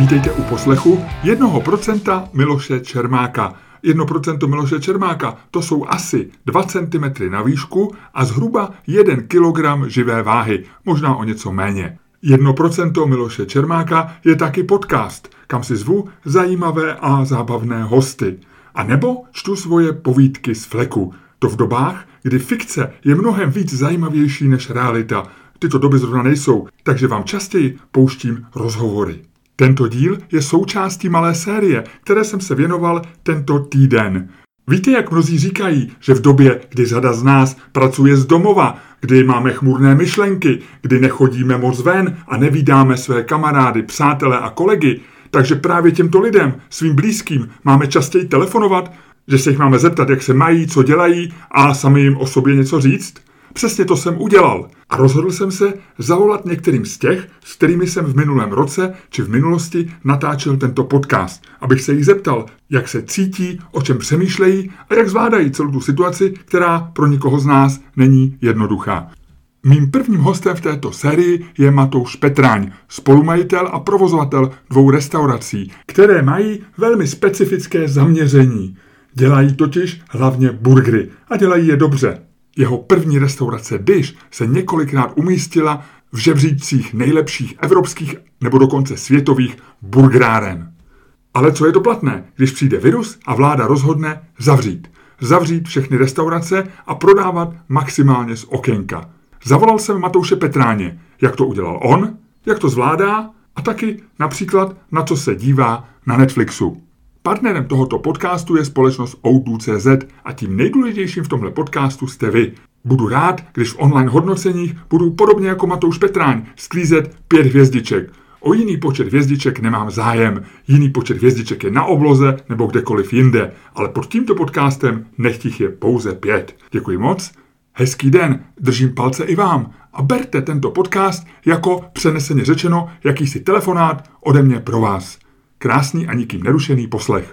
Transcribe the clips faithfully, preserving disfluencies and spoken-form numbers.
Vítejte u poslechu jednoho procenta Miloše Čermáka. jedno procento Miloše Čermáka, to jsou asi dva centimetry na výšku a zhruba jeden kilogram živé váhy, možná o něco méně. jedno procento Miloše Čermáka je taky podcast, kam si zvu zajímavé a zábavné hosty. A nebo čtu svoje povídky z fleku. To v dobách, kdy fikce je mnohem víc zajímavější než realita. Tyto doby zrovna nejsou, takže vám častěji pouštím rozhovory. Tento díl je součástí malé série, které jsem se věnoval tento týden. Víte, jak mnozí říkají, že v době, kdy řada z nás pracuje z domova, kdy máme chmurné myšlenky, kdy nechodíme moc ven a nevídáme své kamarády, přátele a kolegy, takže právě těmto lidem, svým blízkým, máme častěji telefonovat, že se jich máme zeptat, jak se mají, co dělají a sami jim o sobě něco říct? Přesně to jsem udělal a rozhodl jsem se zavolat některým z těch, s kterými jsem v minulém roce či v minulosti natáčel tento podcast, abych se jich zeptal, jak se cítí, o čem přemýšlejí a jak zvládají celou tu situaci, která pro nikoho z nás není jednoduchá. Mým prvním hostem v této sérii je Matouš Petráň, spolumajitel a provozovatel dvou restaurací, které mají velmi specifické zaměření. Dělají totiž hlavně burgery a dělají je dobře. Jeho první restaurace Dish se několikrát umístila v žebříčcích nejlepších evropských nebo dokonce světových burgeráren. Ale co je to platné, když přijde virus a vláda rozhodne zavřít? Zavřít všechny restaurace a prodávat maximálně z okénka. Zavolal jsem Matouše Petráně, jak to udělal on, jak to zvládá a taky například na co se dívá na Netflixu. Partnerem tohoto podcastu je společnost O dva tečka cé zet a tím nejdůležitějším v tomhle podcastu jste vy. Budu rád, když v online hodnoceních budu podobně jako Matouš Petráň sklízet pět hvězdiček. O jiný počet hvězdiček nemám zájem, jiný počet hvězdiček je na obloze nebo kdekoliv jinde, ale pod tímto podcastem nechť jich je pouze pět. Děkuji moc, hezký den, držím palce i vám a berte tento podcast jako přeneseně řečeno jakýsi telefonát ode mě pro vás. Krásný a nikým nerušený poslech.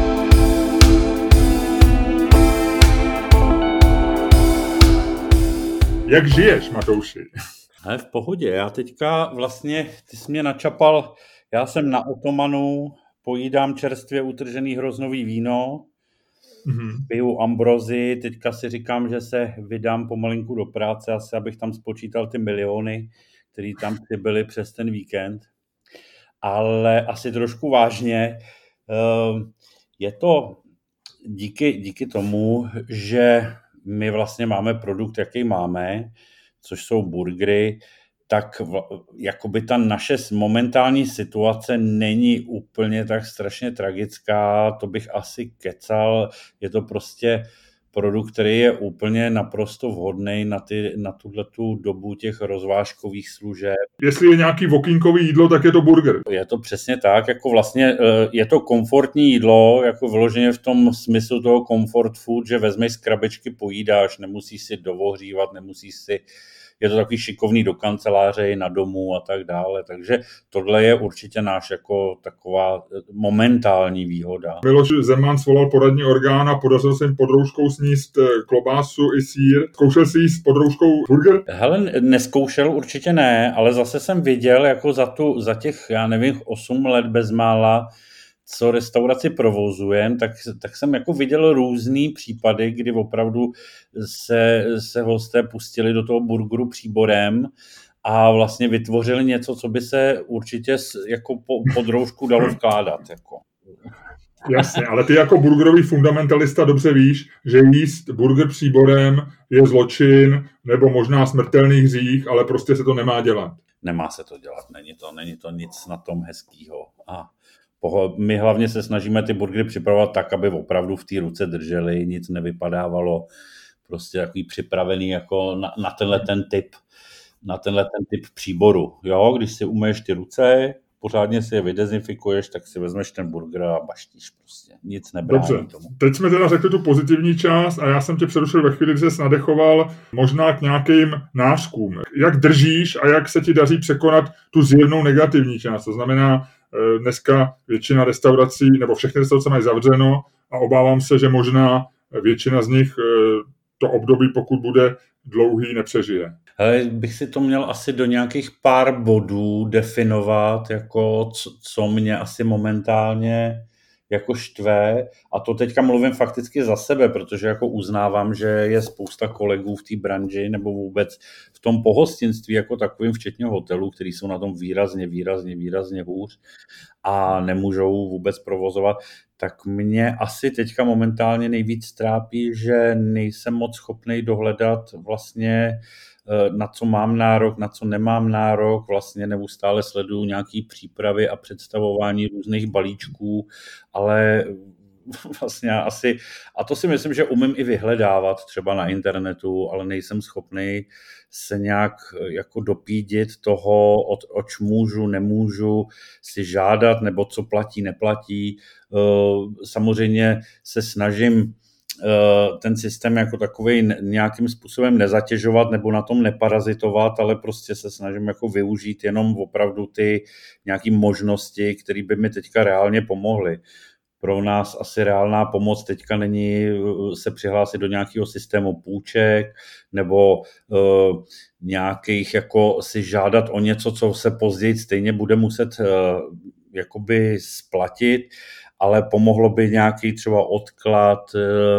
Jak žiješ, Matouši? Ale v pohodě, já teďka vlastně, ty jsi mě načapal, já jsem na Otomanu, pojídám čerstvě utržený hroznový víno, mm-hmm. piju Ambrozy, teďka si říkám, že se vydám pomalinku do práce, asi abych tam spočítal ty miliony, které tam přibyly přes ten víkend. Ale asi trošku vážně, je to díky, díky tomu, že my vlastně máme produkt, jaký máme, což jsou burgery, tak jakoby ta naše momentální situace není úplně tak strašně tragická, to bych asi kecal, je to prostě produkt, který je úplně naprosto vhodný na, ty, na tuhletu dobu těch rozvážkových služeb. Jestli je nějaký okýnkový jídlo, tak je to burger. Je to přesně tak, jako vlastně je to komfortní jídlo, jako vyloženě v tom smyslu toho comfort food, že vezmeš z krabičky, pojídáš, nemusíš si dovohřívat, nemusíš si, je to takový šikovný do kanceláře i na domu a tak dále, takže tohle je určitě náš jako taková momentální výhoda. Miloš Zeman svolal poradní orgán a podařil se jim pod rouškou sníst klobásu i sýr. Zkoušel jsi jíst pod rouškou burger? Hele, neskoušel, určitě ne, ale zase jsem viděl jako za, tu, za těch, já nevím, osm let bezmála, co restauraci provozujem, tak, tak jsem jako viděl různý případy, kdy opravdu se, se hosté pustili do toho burgeru příborem a vlastně vytvořili něco, co by se určitě jako po, pod roušku dalo vkládat. Jako. Jasně, ale ty jako burgerový fundamentalista dobře víš, že jíst burger příborem je zločin nebo možná smrtelný hřích, ale prostě se to nemá dělat. Nemá se to dělat, není to, není to nic na tom hezkýho. A my hlavně se snažíme ty burgery připravovat tak, aby opravdu v té ruce držely, nic nevypadávalo, prostě takový připravený jako na, na tenhle ten typ, na tenhle ten typ příboru. Jo, když si umyješ ty ruce, pořádně si je vydezinfikuješ, tak si vezmeš ten burger a baštíš prostě. Nic nebrání Dobře. tomu. Teď jsme teda řekli tu pozitivní část a já jsem tě přerušil ve chvíli, kdy jsi nadechoval možná k nějakým nářkům. Jak držíš a jak se ti daří překonat tu zjevnou negativní část? To znamená, dneska většina restaurací, nebo všechny restaurace mají zavřeno a obávám se, že možná většina z nich to období, pokud bude dlouhý nepřežije. Hele, bych si to měl asi do nějakých pár bodů definovat, jako co, co mě asi momentálně jako štve, a to teďka mluvím fakticky za sebe, protože jako uznávám, že je spousta kolegů v té branži nebo vůbec v tom pohostinství jako takovým, včetně hotelů, který jsou na tom výrazně, výrazně, výrazně hůř a nemůžou vůbec provozovat, tak mě asi teďka momentálně nejvíc trápí, že nejsem moc schopný dohledat vlastně, na co mám nárok, na co nemám nárok, vlastně neustále sleduju nějaký přípravy a představování různých balíčků, ale vlastně asi, a to si myslím, že umím i vyhledávat třeba na internetu, ale nejsem schopný se nějak jako dopídit toho, oč můžu, nemůžu si žádat, nebo co platí, neplatí. Samozřejmě se snažím ten systém jako takový nějakým způsobem nezatěžovat nebo na tom neparazitovat, ale prostě se snažím jako využít jenom opravdu ty nějaké možnosti, které by mi teďka reálně pomohly. Pro nás asi reálná pomoc teďka není se přihlásit do nějakého systému půjček nebo uh, nějakých jako si žádat o něco, co se později stejně bude muset uh, jakoby splatit, ale pomohlo by nějaký třeba odklad uh,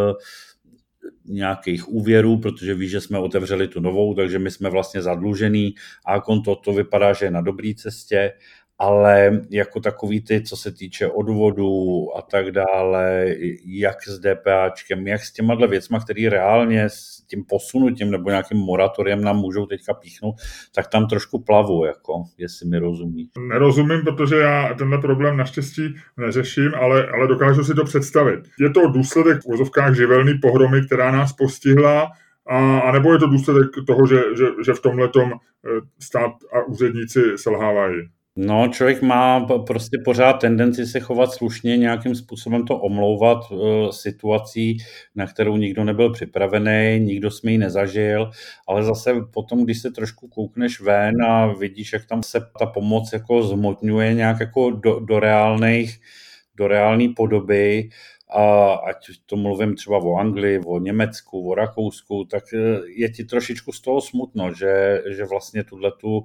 nějakých úvěrů, protože víš, že jsme otevřeli tu novou, takže my jsme vlastně zadlužený a konto to vypadá, že je na dobré cestě, ale jako takový ty, co se týče odvodů a tak dále, jak s DPAčkem, jak s těma věcma, který reálně s tím posunutím nebo nějakým moratoriem nám můžou teďka píchnout, tak tam trošku plavu, jako, jestli mi rozumíš. Nerozumím, protože já tenhle problém naštěstí neřeším, ale, ale dokážu si to představit. Je to důsledek v uvozovkách živelný pohromy, která nás postihla, a, a nebo je to důsledek toho, že, že, že v tomhletom stát a úředníci selhávají? No, člověk má prostě pořád tendenci se chovat slušně, nějakým způsobem to omlouvat uh, situací, na kterou nikdo nebyl připravený, nikdo jsme ji nezažil, ale zase potom, když se trošku koukneš ven a vidíš, jak tam se ta pomoc jako zhmotňuje nějak jako do, do reálných, do reálné podoby, a ať to mluvím třeba o Anglii, o Německu, o Rakousku, tak je ti trošičku z toho smutno, že, že vlastně tuhletu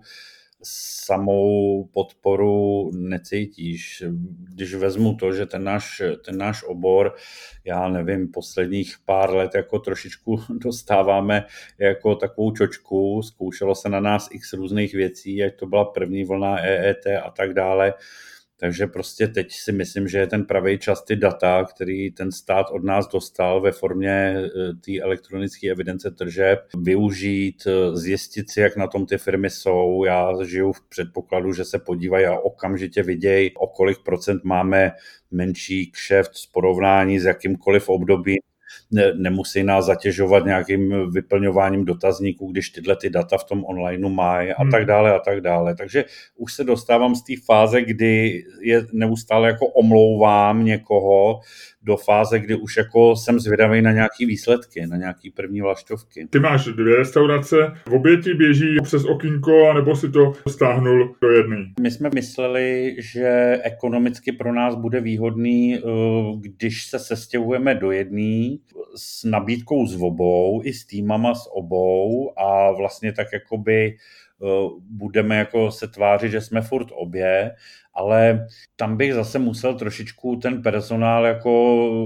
samou podporu necítíš. Když vezmu to, že ten náš, ten náš obor, já nevím, posledních pár let jako trošičku dostáváme jako takovou čočku, zkoušelo se na nás x různých věcí, ať to byla první vlna E E T a tak dále. Takže prostě teď si myslím, že je ten pravý čas ty data, který ten stát od nás dostal ve formě té elektronické evidence tržeb, využít, zjistit si, jak na tom ty firmy jsou. Já žiju v předpokladu, že se podívají a okamžitě vidějí, o kolik procent máme menší kšeft v porovnání s jakýmkoliv obdobím. Ne, nemusí nás zatěžovat nějakým vyplňováním dotazníků, když tyhle ty data v tom onlineu mají a tak dále a tak dále. Takže už se dostávám z té fáze, kdy je neustále jako omlouvám někoho, do fáze, kdy už jako jsem zvědavý na nějaký výsledky, na nějaký první vlaštovky. Ty máš dvě restaurace, v obě ti běží přes okýnko, anebo si to stáhnul do jedné? My jsme mysleli, že ekonomicky pro nás bude výhodný, když se sestěhujeme do jedné s nabídkou z obou, i s týmama z obou a vlastně tak jakoby budeme jako se tvářit, že jsme furt obě, ale tam bych zase musel trošičku ten personál jako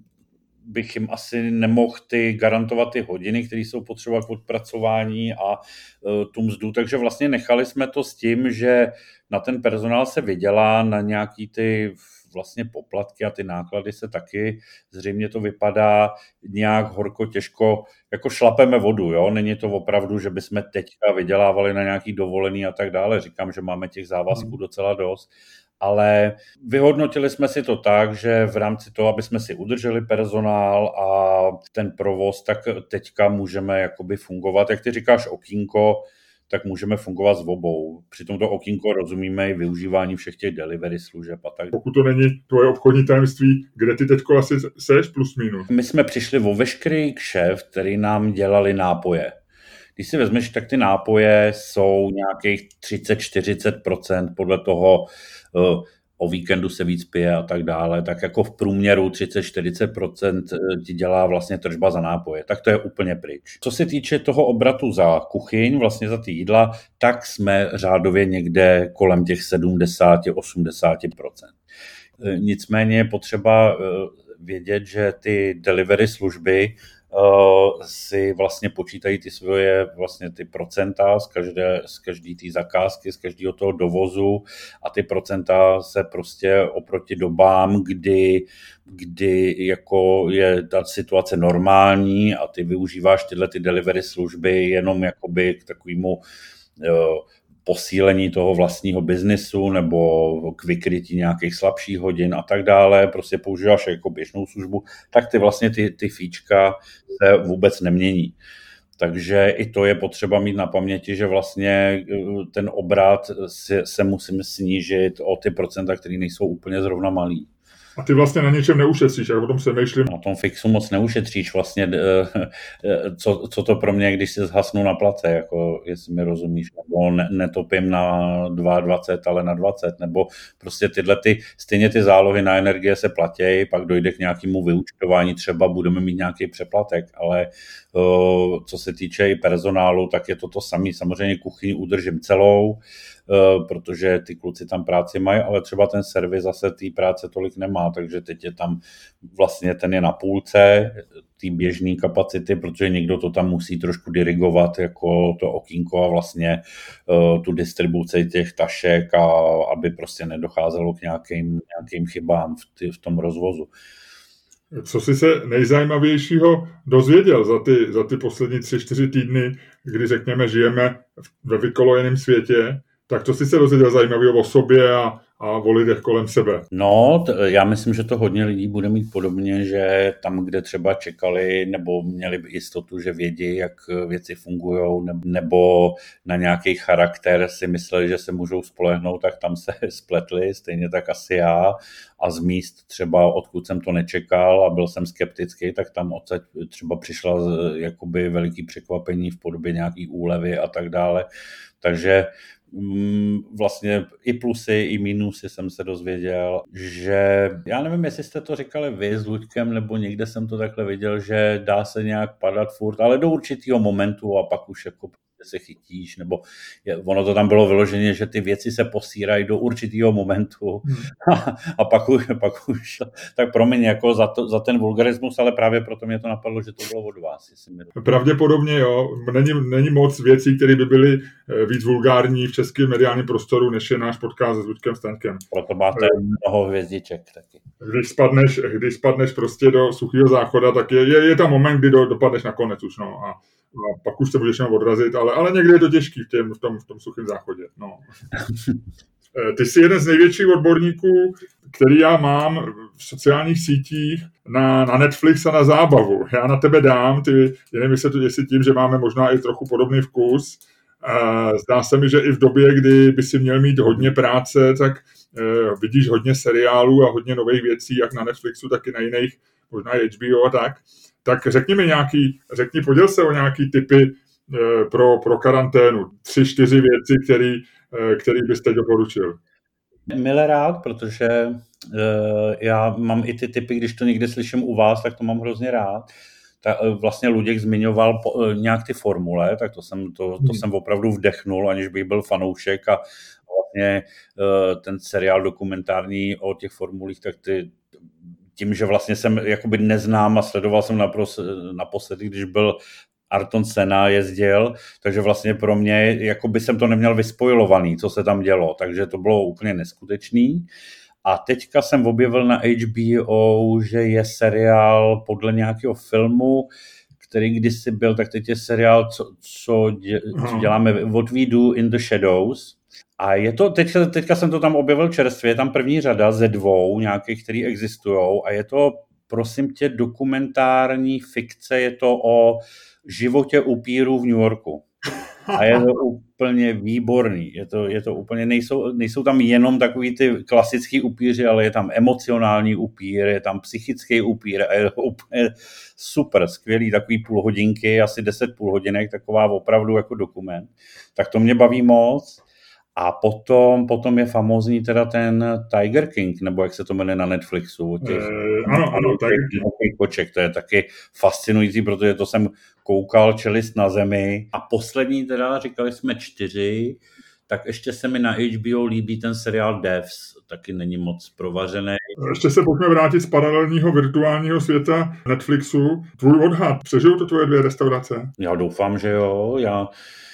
bych jim asi nemohl ty garantovat ty hodiny, které jsou potřeba k odpracování a uh, tu mzdu, takže vlastně nechali jsme to s tím, že na ten personál se vydělá, na nějaký ty vlastně poplatky a ty náklady se taky, zřejmě to vypadá nějak horko těžko, jako šlapeme vodu, jo, není to opravdu, že bychom teďka vydělávali na nějaký dovolený a tak dále, říkám, že máme těch závazků docela dost, ale vyhodnotili jsme si to tak, že v rámci toho, aby jsme si udrželi personál a ten provoz, tak teďka můžeme jakoby fungovat, jak ty říkáš okýnko, tak můžeme fungovat s obou. Přitom to okýnko rozumíme i využívání všech těch delivery služeb a tak. Pokud to není tvoje obchodní tajemství, kde ty teďko asi seš plus minus? My jsme přišli o veškerý kšeft, který nám dělali nápoje. Když si vezmeš, tak ty nápoje jsou nějakých třicet až čtyřicet procent podle toho, o víkendu se víc pije a tak dále, tak jako v průměru třicet až čtyřicet procent ti dělá vlastně tržba za nápoje, tak to je úplně pryč. Co se týče toho obratu za kuchyň, vlastně za ty jídla, tak jsme řádově někde kolem těch sedmdesát až osmdesát procent. Nicméně je potřeba vědět, že ty delivery služby si vlastně počítají ty svoje vlastně ty procenta z každé, z každé té zakázky, z každého toho dovozu a ty procenta se prostě oproti dobám, kdy, kdy jako je ta situace normální a ty využíváš tyhle ty delivery služby jenom jakoby k takovému posílení toho vlastního biznesu nebo k vykrytí nějakých slabších hodin a tak dále, prostě používáš jako běžnou službu, tak ty vlastně ty, ty fíčka se vůbec nemění. Takže i to je potřeba mít na paměti, že vlastně ten obrat se, se musíme snížit o ty procenta, které nejsou úplně zrovna malý. A ty vlastně na něčem neušetříš, jak o tom přemýšlím. Na tom fixu moc neušetříš vlastně, co, co to pro mě, když se zhasnu na place, jako jestli mi rozumíš, nebo ne, netopím na dvacet dva, ale na dvacet, nebo prostě tyhle ty, stejně ty zálohy na energie se platějí, pak dojde k nějakému vyúčtování, třeba budeme mít nějaký přeplatek, ale co se týče i personálu, tak je to to samé. Samozřejmě kuchyni udržím celou, protože ty kluci tam práci mají, ale třeba ten servis zase té práce tolik nemá, takže teď je tam vlastně ten je na půlce té běžné kapacity, protože někdo to tam musí trošku dirigovat jako to okýnko a vlastně uh, tu distribuci těch tašek a aby prostě nedocházelo k nějakým, nějakým chybám v, ty, v tom rozvozu. Co jsi se nejzajímavějšího dozvěděl za ty, za ty poslední tři, čtyři týdny, kdy řekněme žijeme ve vykolojeném světě, tak to jsi se dozvěděl zajímavého o sobě a, a o lidech kolem sebe? No, t- já myslím, že to hodně lidí bude mít podobně, že tam, kde třeba čekali nebo měli jistotu, že vědí, jak věci fungují, nebo na nějaký charakter si mysleli, že se můžou spolehnout, tak tam se spletli, stejně tak asi já. A z míst třeba, odkud jsem to nečekal a byl jsem skeptický, tak tam odsaď třeba přišla jakoby veliký překvapení v podobě nějaký úlevy a tak dále. Takže vlastně i plusy, i minusy jsem se dozvěděl, že já nevím, jestli jste to říkali vy s Luďkem, nebo někde jsem to takhle viděl, že dá se nějak padat furt, ale do určitého momentu a pak už jako se chytíš, nebo je, ono to tam bylo vyloženě, že ty věci se posírají do určitého momentu hmm. a, a pak, už, pak už, tak promiň jako za, to, za ten vulgarismus, ale právě proto mě to napadlo, že to bylo od vás. Jestli mi... Pravděpodobně jo, není, není moc věcí, které by byly víc vulgární v českém mediálním prostoru, než je náš podcast s Luďkem Staňkem. Proto máte mnoho hvězdiček taky. Když spadneš, když spadneš prostě do suchého záchoda, tak je, je, je tam moment, kdy do, dopadneš nakonec už, no, a a pak už se můžeš jenom odrazit, ale, ale někdy je to těžký v, těm, v, tom, v tom suchém záchodě. No. Ty jsi jeden z největších odborníků, který já mám v sociálních sítích na, na Netflix a na zábavu. Já na tebe dám, ty, nevím, jestli, jestli tím, že máme možná i trochu podobný vkus. Zdá se mi, že i v době, kdy by si měl mít hodně práce, tak vidíš hodně seriálů a hodně nových věcí, jak na Netflixu, tak i na jiných, možná H B O a tak. Tak řekni mi nějaký, řekni, poděl se o nějaký tipy e, pro, pro karanténu. Tři, čtyři věci, který, e, který byste doporučil. Mile rád, protože e, já mám i ty tipy, když to někde slyším u vás, tak to mám hrozně rád. Ta, vlastně Luděk zmiňoval po, e, nějak ty formule, tak to jsem, to, to hmm. jsem opravdu vdechnul, aniž bych byl fanoušek a vlastně e, ten seriál dokumentární o těch formulích, tak ty tím, že vlastně jsem jakoby neznám a sledoval jsem naposledy, když byl Ayrton Senna jezdil, takže vlastně pro mě jakoby jsem to neměl vyspojilovaný, co se tam dělo, takže to bylo úplně neskutečný. A teďka jsem objevil na H B O, že je seriál podle nějakého filmu, který kdysi byl, tak teď je seriál, co, co, dě, co děláme, What We Do in the Shadows. A je to, teďka, teďka jsem to tam objevil čerstvě, je tam první řada ze dvou nějakých, které existují a je to, prosím tě, dokumentární fikce, je to o životě upírů v New Yorku. A je to úplně výborný, je to, je to úplně, nejsou, nejsou tam jenom takový ty klasický upíři, ale je tam emocionální upír, je tam psychický upír a je to úplně super, skvělý, takový půl hodinky, asi deset půl hodinek, taková opravdu jako dokument. Tak to mě baví moc. A potom, potom je famózní teda ten Tiger King, nebo jak se to jmenuje na Netflixu. Těch, e, ano, ano, Tiger King. Koček, to je taky fascinující, protože to jsem koukal Čelist na zemi. A poslední teda, říkali jsme čtyři, tak ještě se mi na H B O líbí ten seriál Devs, taky není moc provařený. Ještě se pojďme vrátit z paralelního virtuálního světa Netflixu. Tvůj odhad, přežijou to tvoje dvě restaurace? Já doufám, že jo. Já,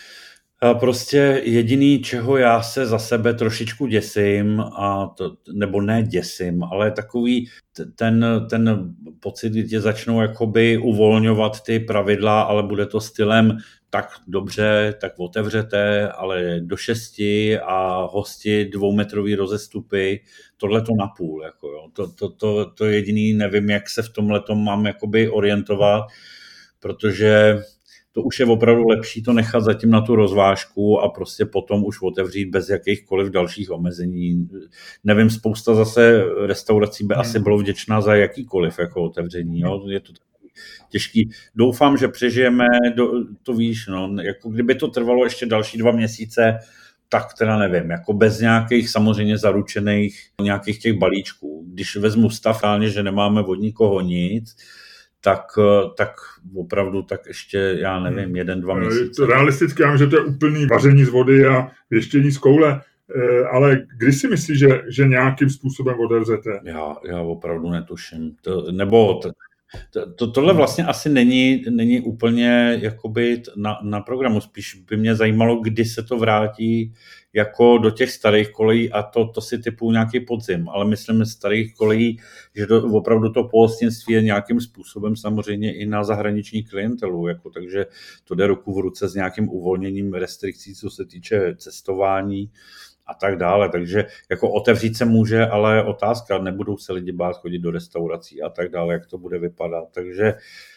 já prostě jediný, čeho já se za sebe trošičku děsím, a to, nebo ne děsím, ale takový ten, ten pocit, kdy tě začnou jakoby uvolňovat ty pravidla, ale bude to stylem tak dobře, tak otevřete, ale do šesti a hosti dvoumetrový rozestupy, tohle to napůl. Jako jo. To, to, to, to jediný, nevím, jak se v tomhletom mám jakoby orientovat, protože to už je opravdu lepší to nechat zatím na tu rozvážku a prostě potom už otevřít bez jakýchkoliv dalších omezení. Nevím, spousta zase restaurací by asi bylo vděčná za jakýkoliv jako otevření. Jo. Je to těžký. Doufám, že přežijeme, do, to víš, no, jako kdyby to trvalo ještě další dva měsíce, tak teda nevím, jako bez nějakých samozřejmě zaručených nějakých těch balíčků. Když vezmu stav reálně, že nemáme od nikoho nic, tak, tak opravdu tak ještě, já nevím, jeden, dva měsíce. Realisticky, já vím, že to je úplný vaření z vody a věštění z koule, ale kdy si myslíš, že, že nějakým způsobem otevřete? Já, já opravdu netuším. To, nebo to, to, to, tohle vlastně asi není, není úplně jakoby na, na programu. Spíš by mě zajímalo, kdy se to vrátí jako do těch starých kolejí, a to, to si typuju nějaký podzim, ale myslím starých kolejí, že to, opravdu to pohostinství je nějakým způsobem samozřejmě i na zahraniční klientelu, jako, takže to jde ruku v ruce s nějakým uvolněním restrikcí, co se týče cestování a tak dále, takže jako otevřít se může, ale otázka, nebudou se lidi bát chodit do restaurací a tak dále, jak to bude vypadat, takže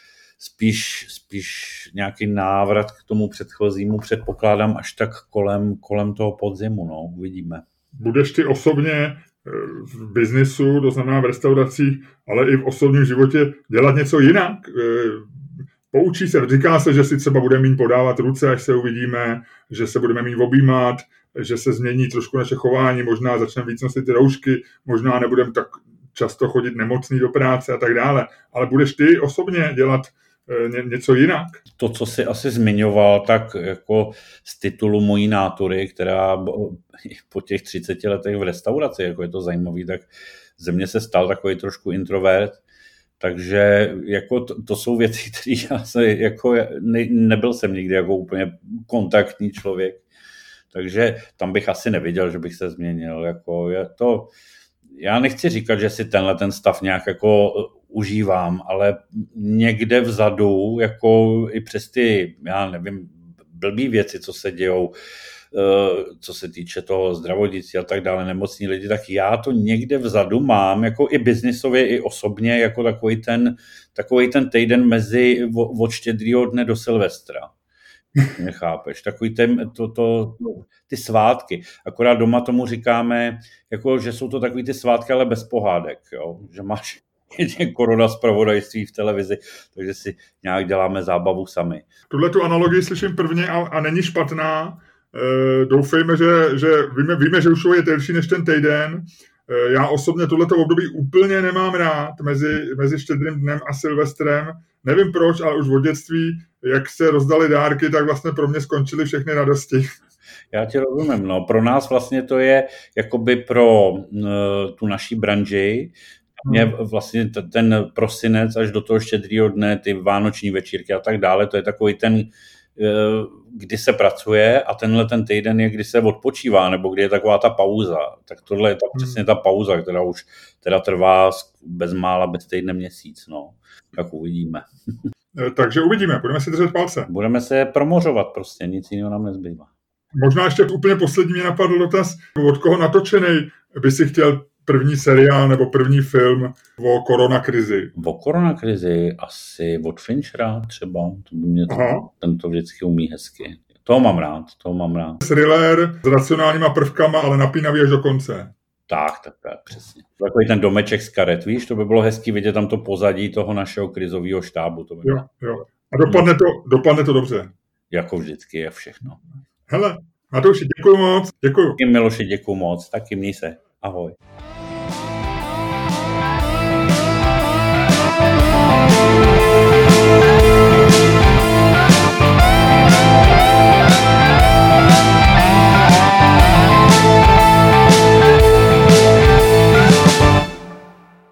spíš, spíš nějaký návrat k tomu předchozímu předpokládám až tak kolem, kolem toho podzimu, no, uvidíme. Budeš ty osobně v biznisu, to znamená v restauracích, ale i v osobním životě dělat něco jinak? Poučí se, říká se, že si třeba budeme mít podávat ruce, až se uvidíme, že se budeme mít objímat, že se změní trošku naše chování, možná začneme víc nosit ty roušky, možná nebudeme tak často chodit nemocný do práce a tak dále. Ale budeš ty osobně dělat ně, něco jinak? To, co jsi asi zmiňoval, tak jako z titulu mojí nátury, která po těch třiceti letech v restauraci, jako je to zajímavý, tak ze mě se stal takový trošku introvert. Takže jako to, to jsou věci, které já se, jako ne, nebyl jsem nikdy jako úplně kontaktní člověk. Takže tam bych asi neviděl, že bych se změnil. Jako je to, já nechci říkat, že si tenhle ten stav nějak jako užívám, ale někde vzadu, jako i přes ty, já nevím, blbý věci, co se dějou, co se týče toho zdravotnictví a tak dále, nemocní lidi, tak já to někde vzadu mám, jako i biznisově, i osobně, jako takový ten, takový ten týden mezi od štědrýho dne do Silvestra. Nechápeš, takový ten, to, to, ty svátky. Akorát doma tomu říkáme, jako, že jsou to takový ty svátky, ale bez pohádek, jo? Že máš korona zpravodajství v televizi, takže si nějak děláme zábavu sami. Tuhle tu analogii slyším prvně a, a není špatná. E, doufejme, že, že víme, víme, že už je delší než ten týden. E, já osobně tohleto období úplně nemám rád mezi, mezi štědrým dnem a Silvestrem. Nevím proč, ale už od dětství, jak se rozdaly dárky, tak vlastně pro mě skončily všechny radosti. Já ti rozumím, no. Pro nás vlastně to je jakoby pro uh, tu naší branži, mě vlastně t- ten prosinec až do toho štědrýho dne, ty vánoční večírky a tak dále, to je takový ten, kdy se pracuje, a tenhle ten týden je, kdy se odpočívá, nebo kdy je taková ta pauza. Tak tohle je ta, přesně ta pauza, která už teda trvá bezmála, bez týdne měsíc, no. Tak uvidíme. Takže uvidíme, budeme si držet palce. Budeme se promořovat prostě, nic jiného nám nezbývá. Možná ještě úplně poslední mě napadl dotaz, od koho natočený by si chtěl první seriál nebo první film o koronakrizi? O koronakrizi asi od Finchera třeba, to by mě to, ten to vždycky umí hezky. Toho mám rád, toho mám rád. Thriller s racionálníma prvkama, ale napínavý až do konce. Tak, tak, tak, přesně. Takový ten domeček z karet, víš, to by bylo hezky vidět tam to pozadí toho našeho krizového štábu. To by jo, jo. A dopadne to, dopadne to dobře. Jako vždycky je všechno. Hele, Matouši, děkuji moc. Děkuji. Miloši, děkuji moc. Taky měj se. Ahoj.